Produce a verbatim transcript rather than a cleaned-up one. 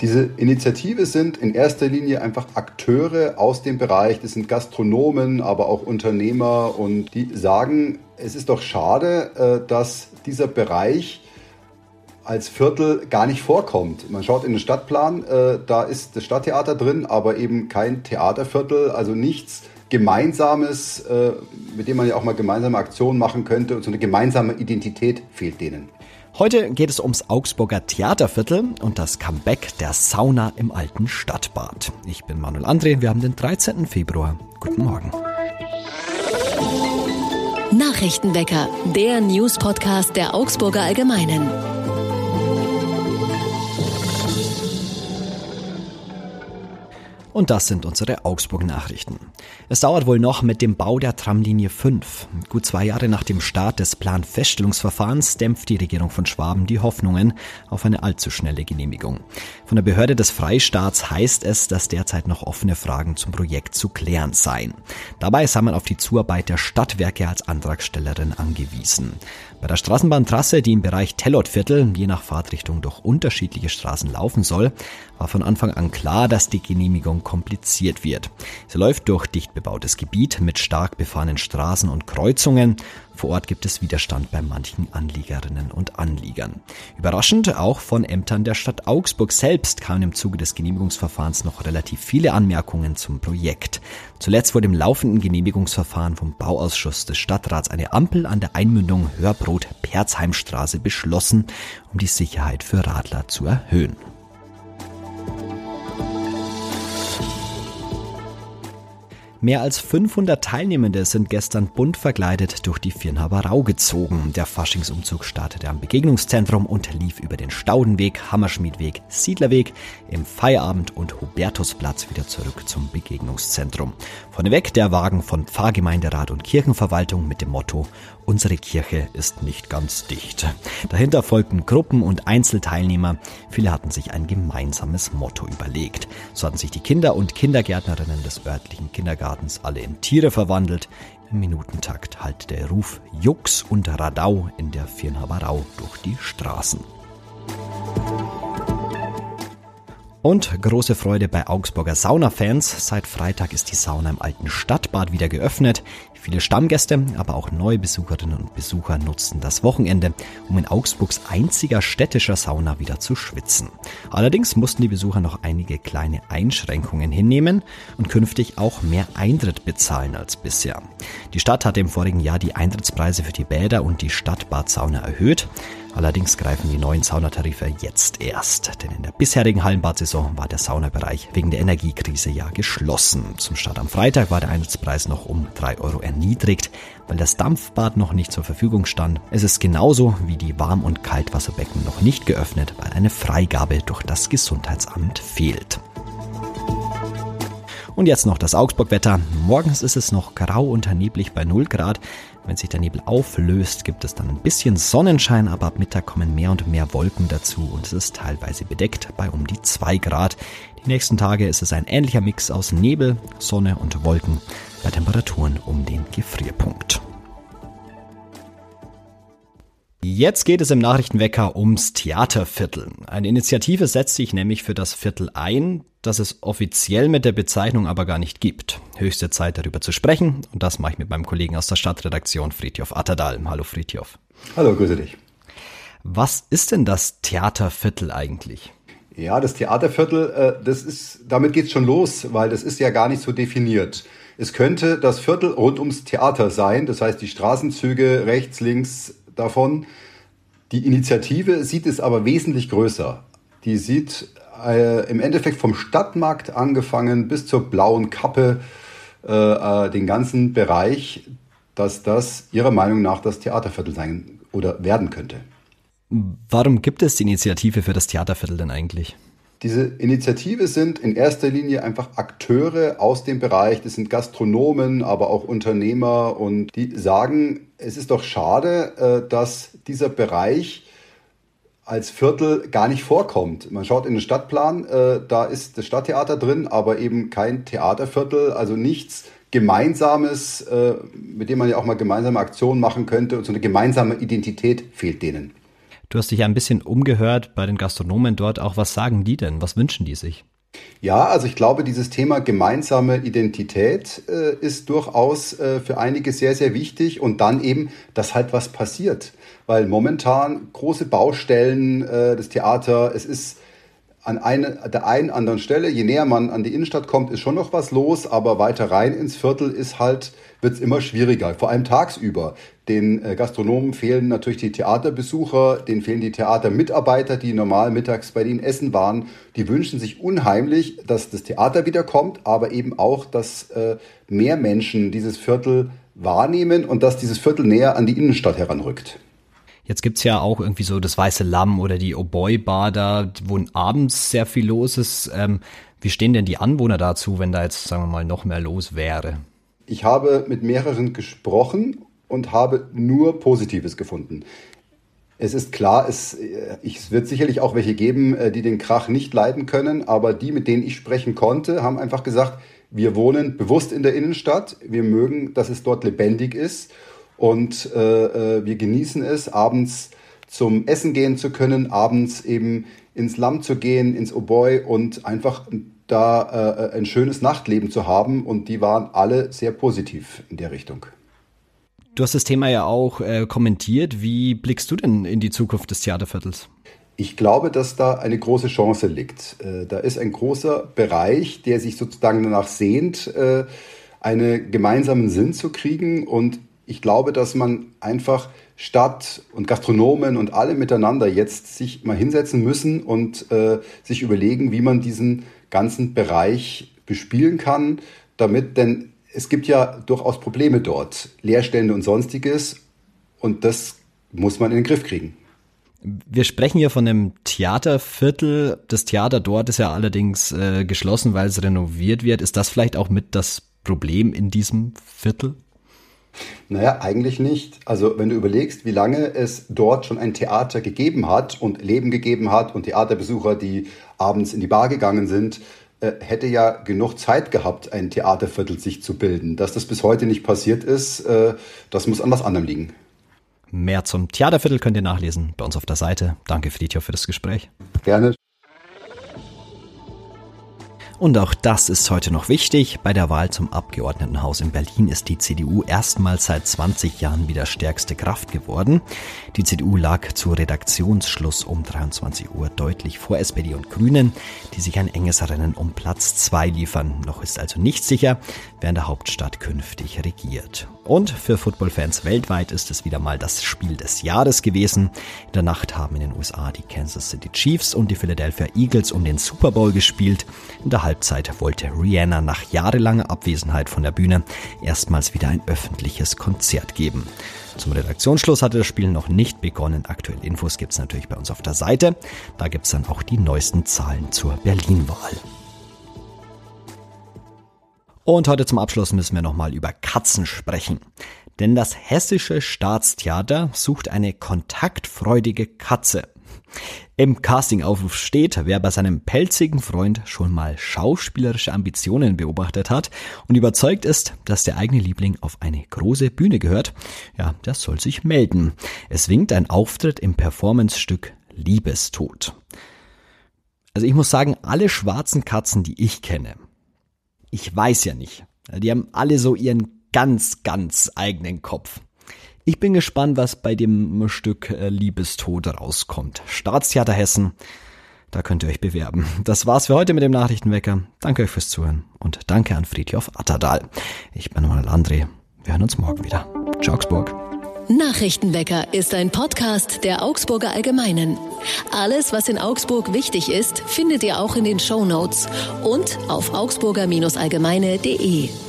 Diese Initiative sind in erster Linie einfach Akteure aus dem Bereich, das sind Gastronomen, aber auch Unternehmer und die sagen, es ist doch schade, dass dieser Bereich als Viertel gar nicht vorkommt. Man schaut in den Stadtplan, da ist das Stadttheater drin, aber eben kein Theaterviertel, also nichts Gemeinsames, mit dem man ja auch mal gemeinsame Aktionen machen könnte und so eine gemeinsame Identität fehlt denen. Heute geht es ums Augsburger Theaterviertel und das Comeback der Sauna im alten Stadtbad. Ich bin Manuel André, wir haben den dreizehnten Februar. Guten Morgen. Nachrichtenwecker, der News-Podcast der Augsburger Allgemeinen. Und das sind unsere Augsburg-Nachrichten. Es dauert wohl noch mit dem Bau der Tramlinie fünf. Gut zwei Jahre nach dem Start des Planfeststellungsverfahrens dämpft die Regierung von Schwaben die Hoffnungen auf eine allzu schnelle Genehmigung. Von der Behörde des Freistaats heißt es, dass derzeit noch offene Fragen zum Projekt zu klären seien. Dabei sei man auf die Zuarbeit der Stadtwerke als Antragstellerin angewiesen. Bei der Straßenbahntrasse, die im Bereich Tellotviertel je nach Fahrtrichtung durch unterschiedliche Straßen laufen soll, war von Anfang an klar, dass die Genehmigung kompliziert wird. Sie läuft durch dicht bebautes Gebiet mit stark befahrenen Straßen und Kreuzungen. Vor Ort gibt es Widerstand bei manchen Anliegerinnen und Anliegern. Überraschend, auch von Ämtern der Stadt Augsburg selbst kamen im Zuge des Genehmigungsverfahrens noch relativ viele Anmerkungen zum Projekt. Zuletzt wurde im laufenden Genehmigungsverfahren vom Bauausschuss des Stadtrats eine Ampel an der Einmündung Hörbrot-Perzheimstraße beschlossen, um die Sicherheit für Radler zu erhöhen. Mehr als fünfhundert Teilnehmende sind gestern bunt verkleidet durch die Viernhaber Rau gezogen. Der Faschingsumzug startete am Begegnungszentrum und lief über den Staudenweg, Hammerschmiedweg, Siedlerweg, im Feierabend- und Hubertusplatz wieder zurück zum Begegnungszentrum. Vorneweg der Wagen von Pfarrgemeinderat und Kirchenverwaltung mit dem Motto „Unsere Kirche ist nicht ganz dicht". Dahinter folgten Gruppen und Einzelteilnehmer. Viele hatten sich ein gemeinsames Motto überlegt. So hatten sich die Kinder und Kindergärtnerinnen des örtlichen Kindergartens alle in Tiere verwandelt. Im Minutentakt hallte der Ruf Jux und Radau in der Viernhaber Rau durch die Straßen. Und große Freude bei Augsburger Saunafans. Seit Freitag ist die Sauna im alten Stadtbad wieder geöffnet. Viele Stammgäste, aber auch neue Besucherinnen und Besucher nutzten das Wochenende, um in Augsburgs einziger städtischer Sauna wieder zu schwitzen. Allerdings mussten die Besucher noch einige kleine Einschränkungen hinnehmen und künftig auch mehr Eintritt bezahlen als bisher. Die Stadt hatte im vorigen Jahr die Eintrittspreise für die Bäder und die Stadtbadsauna erhöht. Allerdings greifen die neuen Saunatarife jetzt erst, denn in der bisherigen Hallenbadsaison war der Saunabereich wegen der Energiekrise ja geschlossen. Zum Start am Freitag war der Eintrittspreis noch um drei Euro erniedrigt, weil das Dampfbad noch nicht zur Verfügung stand. Es ist genauso wie die Warm- und Kaltwasserbecken noch nicht geöffnet, weil eine Freigabe durch das Gesundheitsamt fehlt. Und jetzt noch das Augsburg-Wetter. Morgens ist es noch grau und neblig bei null Grad. Wenn sich der Nebel auflöst, gibt es dann ein bisschen Sonnenschein, aber ab Mittag kommen mehr und mehr Wolken dazu und es ist teilweise bedeckt bei um die zwei Grad. Die nächsten Tage ist es ein ähnlicher Mix aus Nebel, Sonne und Wolken bei Temperaturen um den Gefrierpunkt. Jetzt geht es im Nachrichtenwecker ums Theaterviertel. Eine Initiative setzt sich nämlich für das Viertel ein, das es offiziell mit der Bezeichnung aber gar nicht gibt. Höchste Zeit, darüber zu sprechen, und das mache ich mit meinem Kollegen aus der Stadtredaktion, Fridtjof Atterdahl. Hallo Fridtjof. Hallo, grüße dich. Was ist denn das Theaterviertel eigentlich? Ja, das Theaterviertel, das ist, damit geht's schon los, weil das ist ja gar nicht so definiert. Es könnte das Viertel rund ums Theater sein, das heißt die Straßenzüge rechts, links davon. Die Initiative sieht es aber wesentlich größer. Die sieht äh, im Endeffekt vom Stadtmarkt angefangen bis zur Blauen Kappe äh, den ganzen Bereich, dass das ihrer Meinung nach das Theaterviertel sein oder werden könnte. Warum gibt es die Initiative für das Theaterviertel denn eigentlich? Diese Initiative sind in erster Linie einfach Akteure aus dem Bereich, das sind Gastronomen, aber auch Unternehmer und die sagen, es ist doch schade, dass dieser Bereich als Viertel gar nicht vorkommt. Man schaut in den Stadtplan, da ist das Stadttheater drin, aber eben kein Theaterviertel, also nichts Gemeinsames, mit dem man ja auch mal gemeinsame Aktionen machen könnte und so eine gemeinsame Identität fehlt denen. Du hast dich ja ein bisschen umgehört bei den Gastronomen dort. Auch was sagen die denn? Was wünschen die sich? Ja, also ich glaube, dieses Thema gemeinsame Identität äh, ist durchaus äh, für einige sehr, sehr wichtig und dann eben, dass halt was passiert. Weil momentan große Baustellen, äh, das Theater, es ist an eine, der einen anderen Stelle, je näher man an die Innenstadt kommt, ist schon noch was los, aber weiter rein ins Viertel ist halt, wird es immer schwieriger, vor allem tagsüber. Den äh, Gastronomen fehlen natürlich die Theaterbesucher, denen fehlen die Theatermitarbeiter, die normal mittags bei denen essen waren. Die wünschen sich unheimlich, dass das Theater wieder kommt, aber eben auch, dass äh, mehr Menschen dieses Viertel wahrnehmen und dass dieses Viertel näher an die Innenstadt heranrückt. Jetzt gibt's ja auch irgendwie so das Weiße Lamm oder die O'Boy-Bar da, wo abends sehr viel los ist. Ähm, wie stehen denn die Anwohner dazu, wenn da jetzt, sagen wir mal, noch mehr los wäre? Ich habe mit mehreren gesprochen und habe nur Positives gefunden. Es ist klar, es, es wird sicherlich auch welche geben, die den Krach nicht leiden können, aber die, mit denen ich sprechen konnte, haben einfach gesagt, wir wohnen bewusst in der Innenstadt, wir mögen, dass es dort lebendig ist. Und äh, wir genießen es, abends zum Essen gehen zu können, abends eben ins Lamm zu gehen, ins O'Boy und einfach da äh, ein schönes Nachtleben zu haben. Und die waren alle sehr positiv in der Richtung. Du hast das Thema ja auch äh, kommentiert. Wie blickst du denn in die Zukunft des Theaterviertels? Ich glaube, dass da eine große Chance liegt. Äh, da ist ein großer Bereich, der sich sozusagen danach sehnt, äh, einen gemeinsamen Sinn zu kriegen. Und ich glaube, dass man einfach Stadt und Gastronomen und alle miteinander jetzt sich mal hinsetzen müssen und äh, sich überlegen, wie man diesen ganzen Bereich bespielen kann, damit, denn es gibt ja durchaus Probleme dort, Leerstände und Sonstiges, und das muss man in den Griff kriegen. Wir sprechen hier von einem Theaterviertel. Das Theater dort ist ja allerdings äh, geschlossen, weil es renoviert wird. Ist das vielleicht auch mit das Problem in diesem Viertel? Naja, eigentlich nicht. Also wenn du überlegst, wie lange es dort schon ein Theater gegeben hat und Leben gegeben hat und Theaterbesucher, die abends in die Bar gegangen sind, äh, hätte ja genug Zeit gehabt, ein Theaterviertel sich zu bilden. Dass das bis heute nicht passiert ist, äh, das muss an was anderem liegen. Mehr zum Theaterviertel könnt ihr nachlesen bei uns auf der Seite. Danke, Friedhof, für das Gespräch. Gerne. Und auch das ist heute noch wichtig. Bei der Wahl zum Abgeordnetenhaus in Berlin ist die C D U erstmals seit zwanzig Jahren wieder stärkste Kraft geworden. Die C D U lag zu Redaktionsschluss um dreiundzwanzig Uhr deutlich vor S P D und Grünen, die sich ein enges Rennen um Platz zwei liefern. Noch ist also nicht sicher, wer in der Hauptstadt künftig regiert. Und für Footballfans weltweit ist es wieder mal das Spiel des Jahres gewesen. In der Nacht haben in den U S A die Kansas City Chiefs und die Philadelphia Eagles um den Super Bowl gespielt. In der Halbzeit wollte Rihanna nach jahrelanger Abwesenheit von der Bühne erstmals wieder ein öffentliches Konzert geben. Zum Redaktionsschluss hatte das Spiel noch nicht begonnen. Aktuelle Infos gibt's natürlich bei uns auf der Seite. Da gibt's dann auch die neuesten Zahlen zur Berlin-Wahl. Und heute zum Abschluss müssen wir nochmal über Katzen sprechen. Denn das Hessische Staatstheater sucht eine kontaktfreudige Katze. Im Castingaufruf steht, wer bei seinem pelzigen Freund schon mal schauspielerische Ambitionen beobachtet hat und überzeugt ist, dass der eigene Liebling auf eine große Bühne gehört, ja, der soll sich melden. Es winkt ein Auftritt im Performancestück Liebestod. Also ich muss sagen, alle schwarzen Katzen, die ich kenne, ich weiß ja nicht, die haben alle so ihren ganz, ganz eigenen Kopf. Ich bin gespannt, was bei dem Stück Liebestod rauskommt. Staatstheater Hessen, da könnt ihr euch bewerben. Das war's für heute mit dem Nachrichtenwecker. Danke euch fürs Zuhören und danke an Friedhof Atterdahl. Ich bin Manuel André. Wir hören uns morgen wieder. Ciao, Augsburg. Nachrichtenwecker ist ein Podcast der Augsburger Allgemeinen. Alles, was in Augsburg wichtig ist, findet ihr auch in den Shownotes und auf augsburger Allgemeine punkt de.